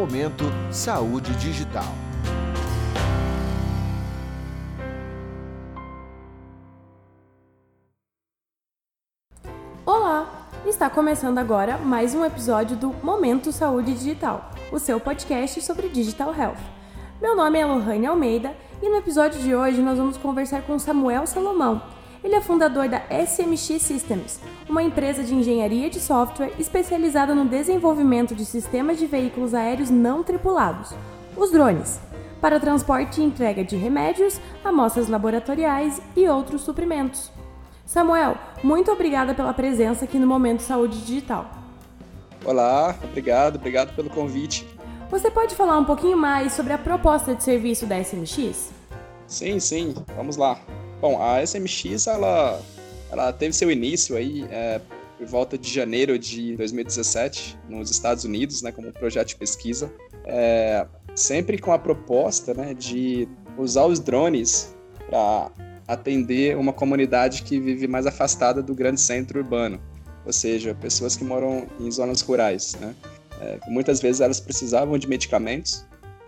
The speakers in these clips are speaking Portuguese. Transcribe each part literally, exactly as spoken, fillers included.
Momento Saúde Digital. Olá! Está começando agora mais um episódio do Momento Saúde Digital, o seu podcast sobre Digital Health. Meu nome é Lohane Almeida e no episódio de hoje nós vamos conversar com Samuel Salomão. Ele é fundador da S M X Systems, uma empresa de engenharia de software especializada no desenvolvimento de sistemas de veículos aéreos não tripulados, os drones, para transporte e entrega de remédios, amostras laboratoriais e outros suprimentos. Samuel, muito obrigada pela presença aqui no Momento Saúde Digital. Olá, obrigado, obrigado pelo convite. Você pode falar um pouquinho mais sobre a proposta de serviço da S M X? Sim, sim, vamos lá. Bom, a S M X, ela, ela teve seu início aí é, por volta de janeiro de dois mil e dezessete, nos Estados Unidos, né, como um projeto de pesquisa, é, sempre com a proposta, né, de usar os drones para atender uma comunidade que vive mais afastada do grande centro urbano, ou seja, pessoas que moram em zonas rurais, né? É, muitas vezes elas precisavam de medicamentos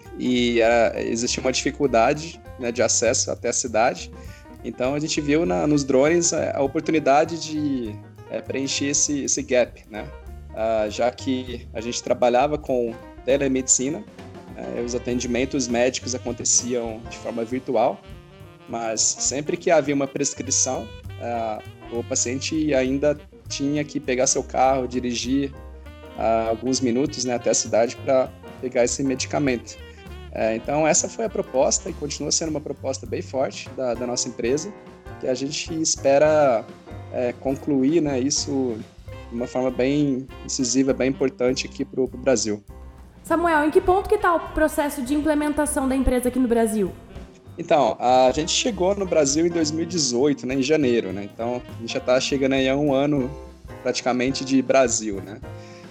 e é, existia uma dificuldade, né, de acesso até a cidade. Então a gente viu na, nos drones a, a oportunidade de é, preencher esse, esse gap, né? Ah, já que a gente trabalhava com telemedicina, é, os atendimentos médicos aconteciam de forma virtual, mas sempre que havia uma prescrição, uh, o paciente ainda tinha que pegar seu carro, dirigir uh, alguns minutos, né, até a cidade para pegar esse medicamento. Uh, então essa foi a proposta e continua sendo uma proposta bem forte da, da nossa empresa, que a gente espera uh, concluir, né, isso de uma forma bem incisiva, bem importante aqui para o Brasil. Samuel, em que ponto que está o processo de implementação da empresa aqui no Brasil? Então, a gente chegou no Brasil em dois mil e dezoito, né, em janeiro, né? Então, a gente já está chegando aí a um ano praticamente de Brasil, né?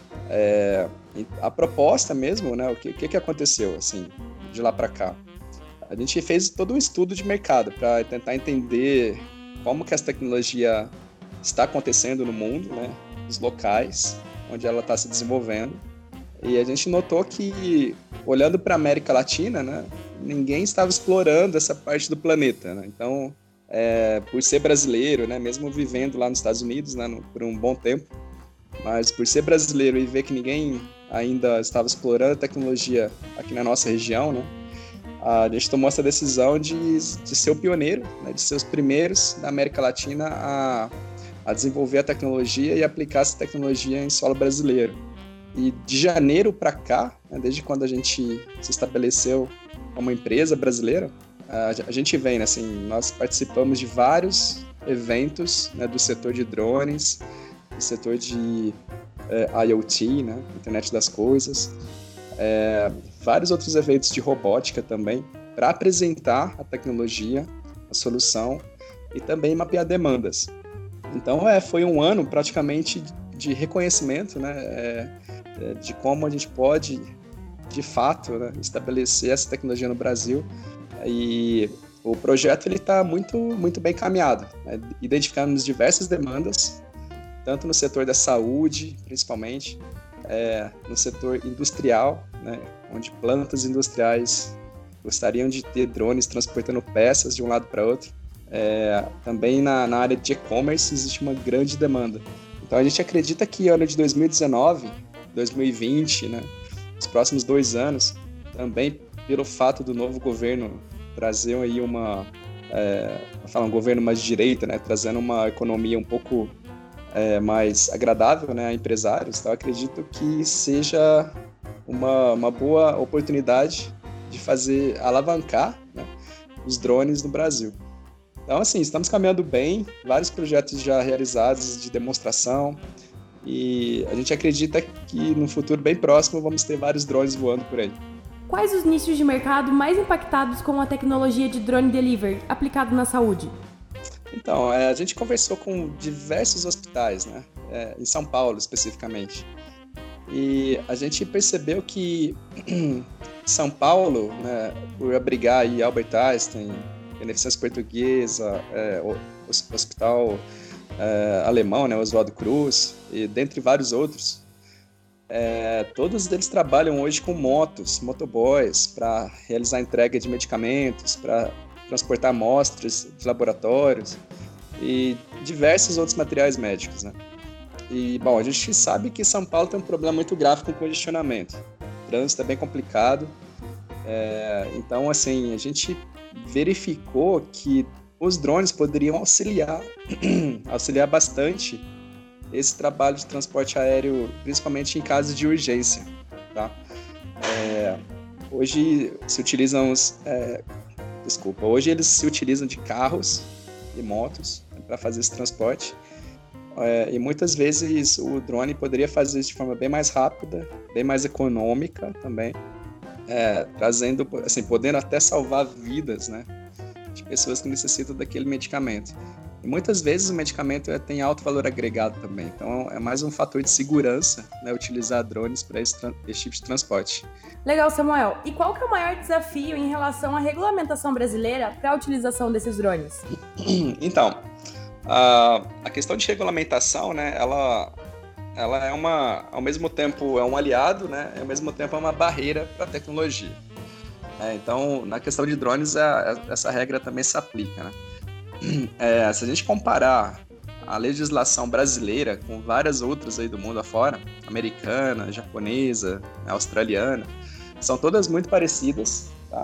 É, a proposta mesmo, né? O que, que, que aconteceu, assim, de lá para cá? A gente fez todo um estudo de mercado para tentar entender como que essa tecnologia está acontecendo no mundo, né? Os locais onde ela está se desenvolvendo. E a gente notou que, olhando para a América Latina, né, ninguém estava explorando essa parte do planeta, né? Então, é, por ser brasileiro, né, mesmo vivendo lá nos Estados Unidos, né, no, por um bom tempo, mas por ser brasileiro e ver que ninguém ainda estava explorando a tecnologia aqui na nossa região, né, a gente tomou essa decisão de, de ser o pioneiro, né, de ser os primeiros da América Latina a, a desenvolver a tecnologia e aplicar essa tecnologia em solo brasileiro. E de janeiro para cá, né, desde quando a gente se estabeleceu como empresa brasileira, a gente vem, né, assim, nós participamos de vários eventos, né, do setor de drones, do setor de é, IoT, né, Internet das Coisas, é, vários outros eventos de robótica também, para apresentar a tecnologia, a solução e também mapear demandas. Então, é, foi um ano praticamente de reconhecimento, né, é, de como a gente pode, de fato, né, estabelecer essa tecnologia no Brasil. E o projeto está muito, muito bem caminhado, né? Identificamos diversas demandas, tanto no setor da saúde, principalmente, é, no setor industrial, né, onde plantas industriais gostariam de ter drones transportando peças de um lado para outro. É, também na, na área de e-commerce existe uma grande demanda. Então a gente acredita que ano de dois mil e dezenove, dois mil e vinte, né, os próximos dois anos, também pelo fato do novo governo trazer aí uma, é, falar um governo mais de direita, né, trazendo uma economia um pouco é, mais agradável, né, a empresários, então eu acredito que seja uma, uma boa oportunidade de fazer, alavancar, né, os drones no Brasil. Então, assim, estamos caminhando bem, vários projetos já realizados de demonstração, e a gente acredita que no futuro bem próximo vamos ter vários drones voando por aí. Quais os nichos de mercado mais impactados com a tecnologia de drone delivery aplicado na saúde? Então, é, a gente conversou com diversos hospitais, né, é, em São Paulo especificamente, e a gente percebeu que São Paulo, né, por abrigar aí Albert Einstein, Beneficência Portuguesa, é, o Hospital é, Alemão, né, Oswaldo Cruz, e dentre vários outros, é, todos eles trabalham hoje com motos, motoboys, para realizar entrega de medicamentos, para transportar amostras de laboratórios e diversos outros materiais médicos, né? E, bom, a gente sabe que São Paulo tem um problema muito grave com congestionamento. O trânsito é bem complicado. É, então, assim, a gente verificou que os drones poderiam auxiliar, auxiliar bastante esse trabalho de transporte aéreo, principalmente em casos de urgência, tá? É, hoje se utilizam os, é, desculpa, hoje eles se utilizam de carros e motos para fazer esse transporte. É, e muitas vezes o drone poderia fazer isso de forma bem mais rápida, bem mais econômica também, é, trazendo, assim, podendo até salvar vidas, né, de pessoas que necessitam daquele medicamento. E muitas vezes o medicamento é, tem alto valor agregado também, então é mais um fator de segurança, né, utilizar drones para esse, esse tipo de transporte. Legal, Samuel. E qual que é o maior desafio em relação à regulamentação brasileira para a utilização desses drones? Então, a, a questão de regulamentação, né, ela, ela é uma, ao mesmo tempo é um aliado, né, ao mesmo tempo é uma barreira para a tecnologia. É, então, na questão de drones, a, a, essa regra também se aplica, né? É, se a gente comparar a legislação brasileira com várias outras aí do mundo afora, americana, japonesa, australiana, são todas muito parecidas, tá?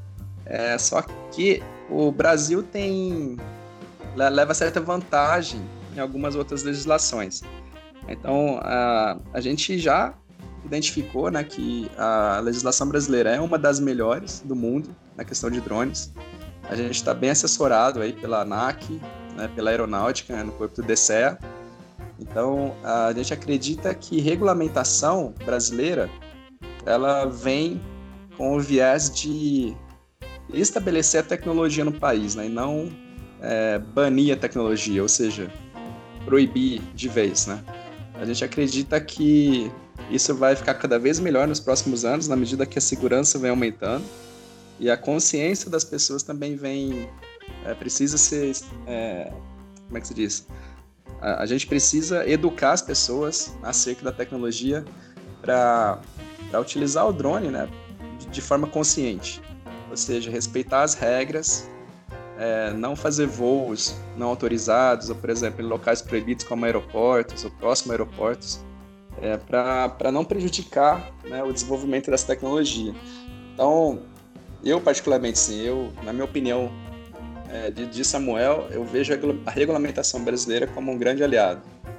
É, só que o Brasil tem leva certa vantagem em algumas outras legislações. Então, a, a gente já identificou, né, que a legislação brasileira é uma das melhores do mundo na questão de drones. A gente está bem assessorado aí pela ANAC, né, pela Aeronáutica, né, no corpo do D C E A. Então, a gente acredita que regulamentação brasileira, ela vem com o viés de estabelecer a tecnologia no país, né, e não é, banir a tecnologia, ou seja, proibir de vez, né. A gente acredita que isso vai ficar cada vez melhor nos próximos anos, na medida que a segurança vem aumentando. E a consciência das pessoas também vem, é, precisa ser, é, como é que se diz? A, a gente precisa educar as pessoas acerca da tecnologia para utilizar o drone, né, de, de forma consciente. Ou seja, respeitar as regras, é, não fazer voos não autorizados, ou, por exemplo, em locais proibidos como aeroportos ou próximos aeroportos, é, para não prejudicar, né, o desenvolvimento dessa tecnologia. Então, eu, particularmente, sim, eu, na minha opinião, é, de, de Samuel, eu vejo a regulamentação brasileira como um grande aliado.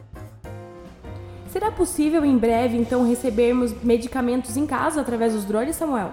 Será possível, em breve, então, recebermos medicamentos em casa através dos drones, Samuel?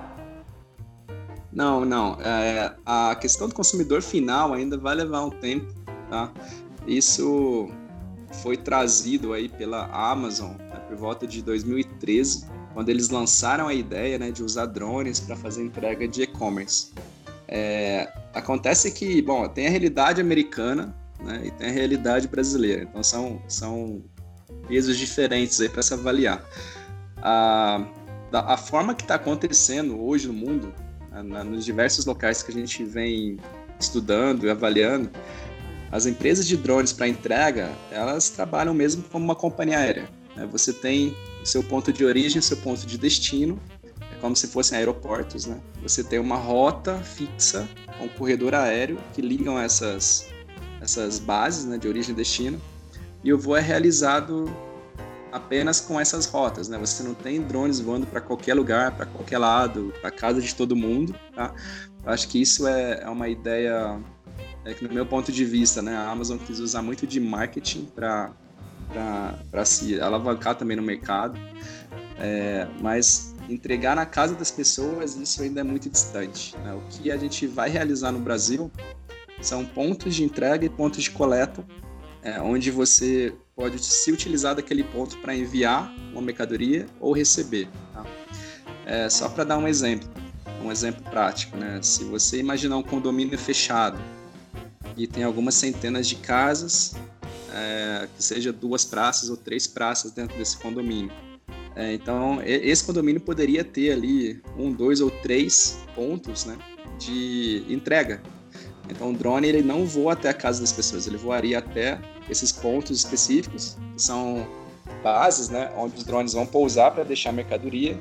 Não, não. É, a questão do consumidor final ainda vai levar um tempo, tá? Isso foi trazido aí pela Amazon, né, por volta de dois mil e treze, quando eles lançaram a ideia, né, de usar drones para fazer entrega de e-commerce. É, acontece que, bom, tem a realidade americana, né, e tem a realidade brasileira, então são, são pesos diferentes aí para se avaliar. A, a forma que está acontecendo hoje no mundo, na, nos diversos locais que a gente vem estudando e avaliando, as empresas de drones para entrega, elas trabalham mesmo como uma companhia aérea, né? Você tem o seu ponto de origem, seu ponto de destino, é como se fossem aeroportos, né? Você tem uma rota fixa, um corredor aéreo que ligam essas, essas bases, né, de origem e destino, e o voo é realizado apenas com essas rotas, né? Você não tem drones voando para qualquer lugar, para qualquer lado, para casa de todo mundo, tá? Eu acho que isso é, é uma ideia, é que no meu ponto de vista, né, a Amazon quis usar muito de marketing para para se alavancar também no mercado, é, mas entregar na casa das pessoas, isso ainda é muito distante, né? O que a gente vai realizar no Brasil são pontos de entrega e pontos de coleta, é, onde você pode se utilizar daquele ponto para enviar uma mercadoria ou receber, tá? É, só para dar um exemplo, um exemplo prático, né? Se você imaginar um condomínio fechado e tem algumas centenas de casas, É, que seja duas praças ou três praças dentro desse condomínio. É, então, esse condomínio poderia ter ali um, dois ou três pontos, né, de entrega. Então, o drone ele não voa até a casa das pessoas, ele voaria até esses pontos específicos, que são bases, né, onde os drones vão pousar para deixar mercadoria,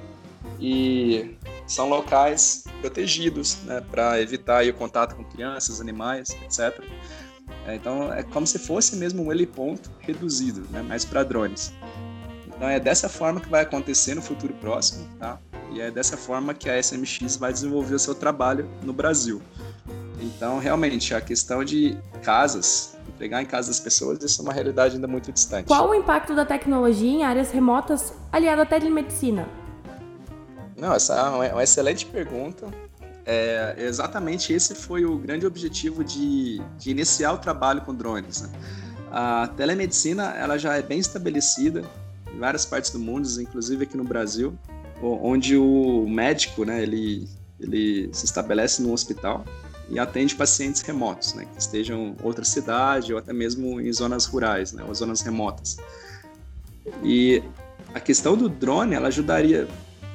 e são locais protegidos, né, para evitar aí o contato com crianças, animais, etcétera. É, então é como se fosse mesmo um heliponto reduzido, né, mais para drones. Então é dessa forma que vai acontecer no futuro próximo, tá? E é dessa forma que a S M X vai desenvolver o seu trabalho no Brasil. Então, realmente, a questão de casas, entregar em casa das pessoas, isso é uma realidade ainda muito distante. Qual o impacto da tecnologia em áreas remotas aliado à telemedicina? Não, essa é uma excelente pergunta. É, exatamente esse foi o grande objetivo de, de iniciar o trabalho com drones, né? A telemedicina ela já é bem estabelecida em várias partes do mundo, inclusive aqui no Brasil, onde o médico, né, ele, ele se estabelece num hospital e atende pacientes remotos, né, que estejam em outra cidade ou até mesmo em zonas rurais, né, ou zonas remotas. E a questão do drone, ela ajudaria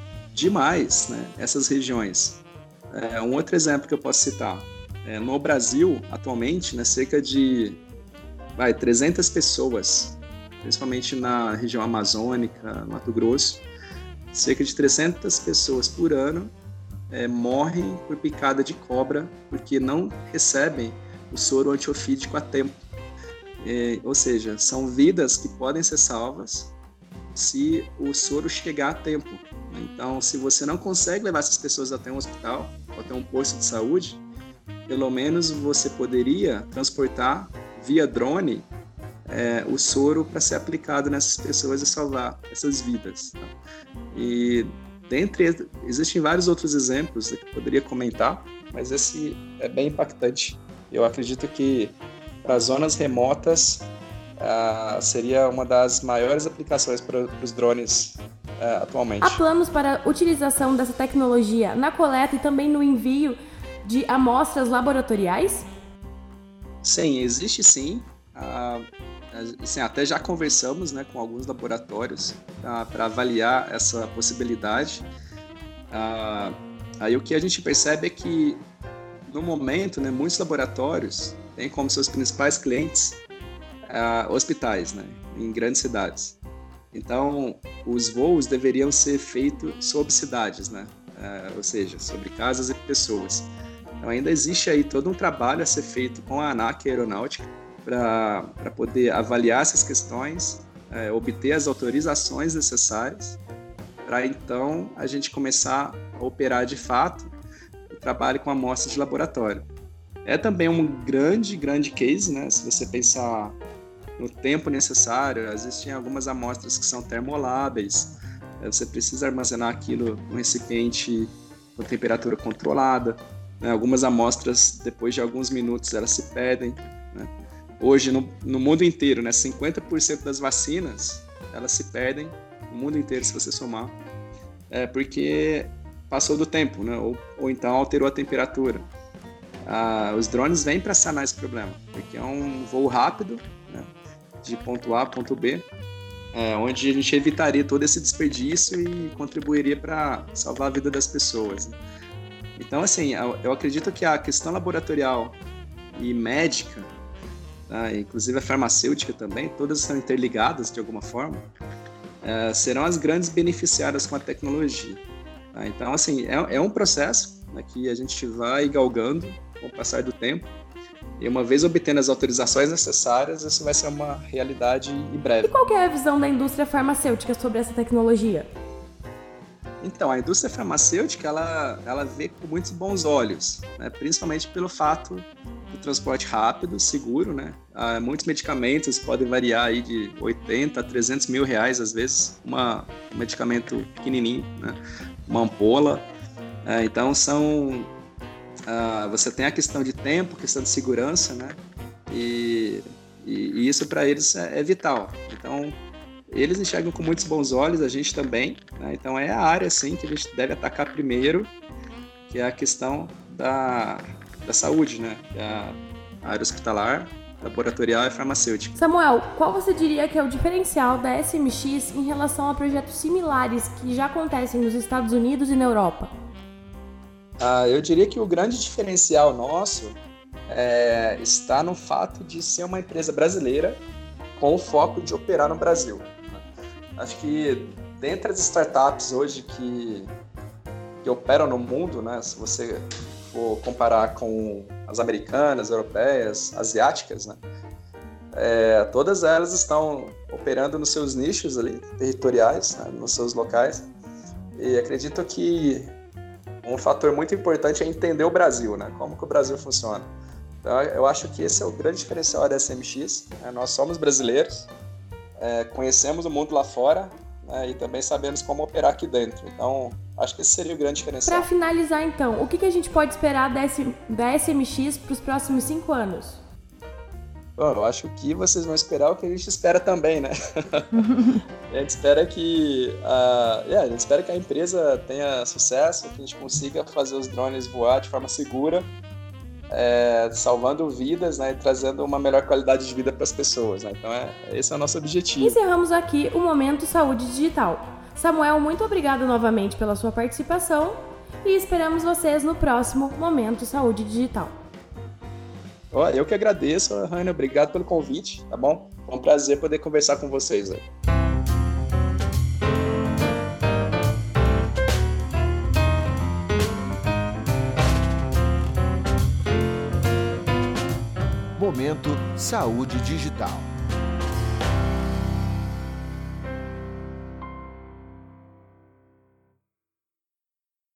demais, né, essas regiões. É, um outro exemplo que eu posso citar, é, no Brasil, atualmente, né, cerca de vai, trezentas pessoas, principalmente na região amazônica, Mato Grosso, cerca de trezentas pessoas por ano é, morrem por picada de cobra porque não recebem o soro antiofídico a tempo. É, ou seja, são vidas que podem ser salvas se o soro chegar a tempo. Então, se você não consegue levar essas pessoas até um hospital ou até um posto de saúde, pelo menos você poderia transportar via drone é, o soro para ser aplicado nessas pessoas e salvar essas vidas. Tá? E dentre existem vários outros exemplos que eu poderia comentar, mas esse é bem impactante. Eu acredito que para zonas remotas uh, seria uma das maiores aplicações para os drones uh, atualmente. Há planos para a utilização dessa tecnologia na coleta e também no envio de amostras laboratoriais? Sim, existe sim. Uh, assim, até já conversamos, né, com alguns laboratórios uh, para avaliar essa possibilidade. Uh, aí o que a gente percebe é que, no momento, né, muitos laboratórios têm como seus principais clientes uh, hospitais, né, em grandes cidades. Então, os voos deveriam ser feitos sobre cidades, né, uh, ou seja, sobre casas e pessoas. Então, ainda existe aí todo um trabalho a ser feito com a ANAC Aeronáutica para poder avaliar essas questões, é, obter as autorizações necessárias para, então, a gente começar a operar de fato o trabalho com amostras de laboratório. É também um grande, grande case, né? Se você pensar no tempo necessário, existem algumas amostras que são termoláveis, você precisa armazenar aquilo num recipiente com temperatura controlada, né? Algumas amostras, depois de alguns minutos, elas se perdem, né? Hoje, no, no mundo inteiro, né, cinquenta por cento das vacinas, elas se perdem, no mundo inteiro, se você somar, é porque passou do tempo, né, ou, ou então alterou a temperatura. Ah, os drones vêm para sanar esse problema, porque é um voo rápido, né, de ponto A a ponto B, é, onde a gente evitaria todo esse desperdício e contribuiria para salvar a vida das pessoas. Então, assim, eu, eu acredito que a questão laboratorial e médica, ah, inclusive a farmacêutica também, todas estão interligadas de alguma forma, eh, serão as grandes beneficiadas com a tecnologia. Tá? Então, assim, é, é um processo, né, que a gente vai galgando com o passar do tempo, e uma vez obtendo as autorizações necessárias, isso vai ser uma realidade em breve. E qual que é a visão da indústria farmacêutica sobre essa tecnologia? Então, a indústria farmacêutica, ela, ela vê com muitos bons olhos, né, principalmente pelo fato do transporte rápido, seguro, né? Ah, muitos medicamentos podem variar aí de oitenta a trezentos mil reais, às vezes, uma, um medicamento pequenininho, né? Uma ampola. Ah, então, são... Ah, você tem a questão de tempo, questão de segurança, né? E, e, e isso para eles é, é vital. Então, eles enxergam com muitos bons olhos, a gente também, né? Então, é a área, assim, que a gente deve atacar primeiro, que é a questão da... da saúde, né? A área hospitalar, laboratorial e farmacêutica. Samuel, qual você diria que é o diferencial da S M X em relação a projetos similares que já acontecem nos Estados Unidos e na Europa? Ah, eu diria que o grande diferencial nosso é, está no fato de ser uma empresa brasileira com o foco de operar no Brasil. Acho que dentre as startups hoje que, que operam no mundo, né, se você for comparar com as americanas, europeias, asiáticas, né, é, todas elas estão operando nos seus nichos ali, territoriais, né, nos seus locais. E acredito que um fator muito importante é entender o Brasil, né, como que o Brasil funciona. Então, eu acho que esse é o grande diferencial da S M X. Né? Nós somos brasileiros, é, conhecemos o mundo lá fora, né, e também sabemos como operar aqui dentro. Então, acho que esse seria o grande diferencial. Para finalizar, então, o que, que a gente pode esperar da, S- da S M X para os próximos cinco anos? Bom, eu acho que vocês vão esperar o que a gente espera também, né? A gente espera que a, yeah, a gente espera que a empresa tenha sucesso, que a gente consiga fazer os drones voar de forma segura, É, salvando vidas, né, e trazendo uma melhor qualidade de vida para as pessoas, né? Então, é, esse é o nosso objetivo. Encerramos aqui o Momento Saúde Digital. Samuel, muito obrigado novamente pela sua participação e esperamos vocês no próximo Momento Saúde Digital. Ó, eu que agradeço, Rainer, obrigado pelo convite, tá bom? É um prazer poder conversar com vocês, né? Momento Saúde Digital.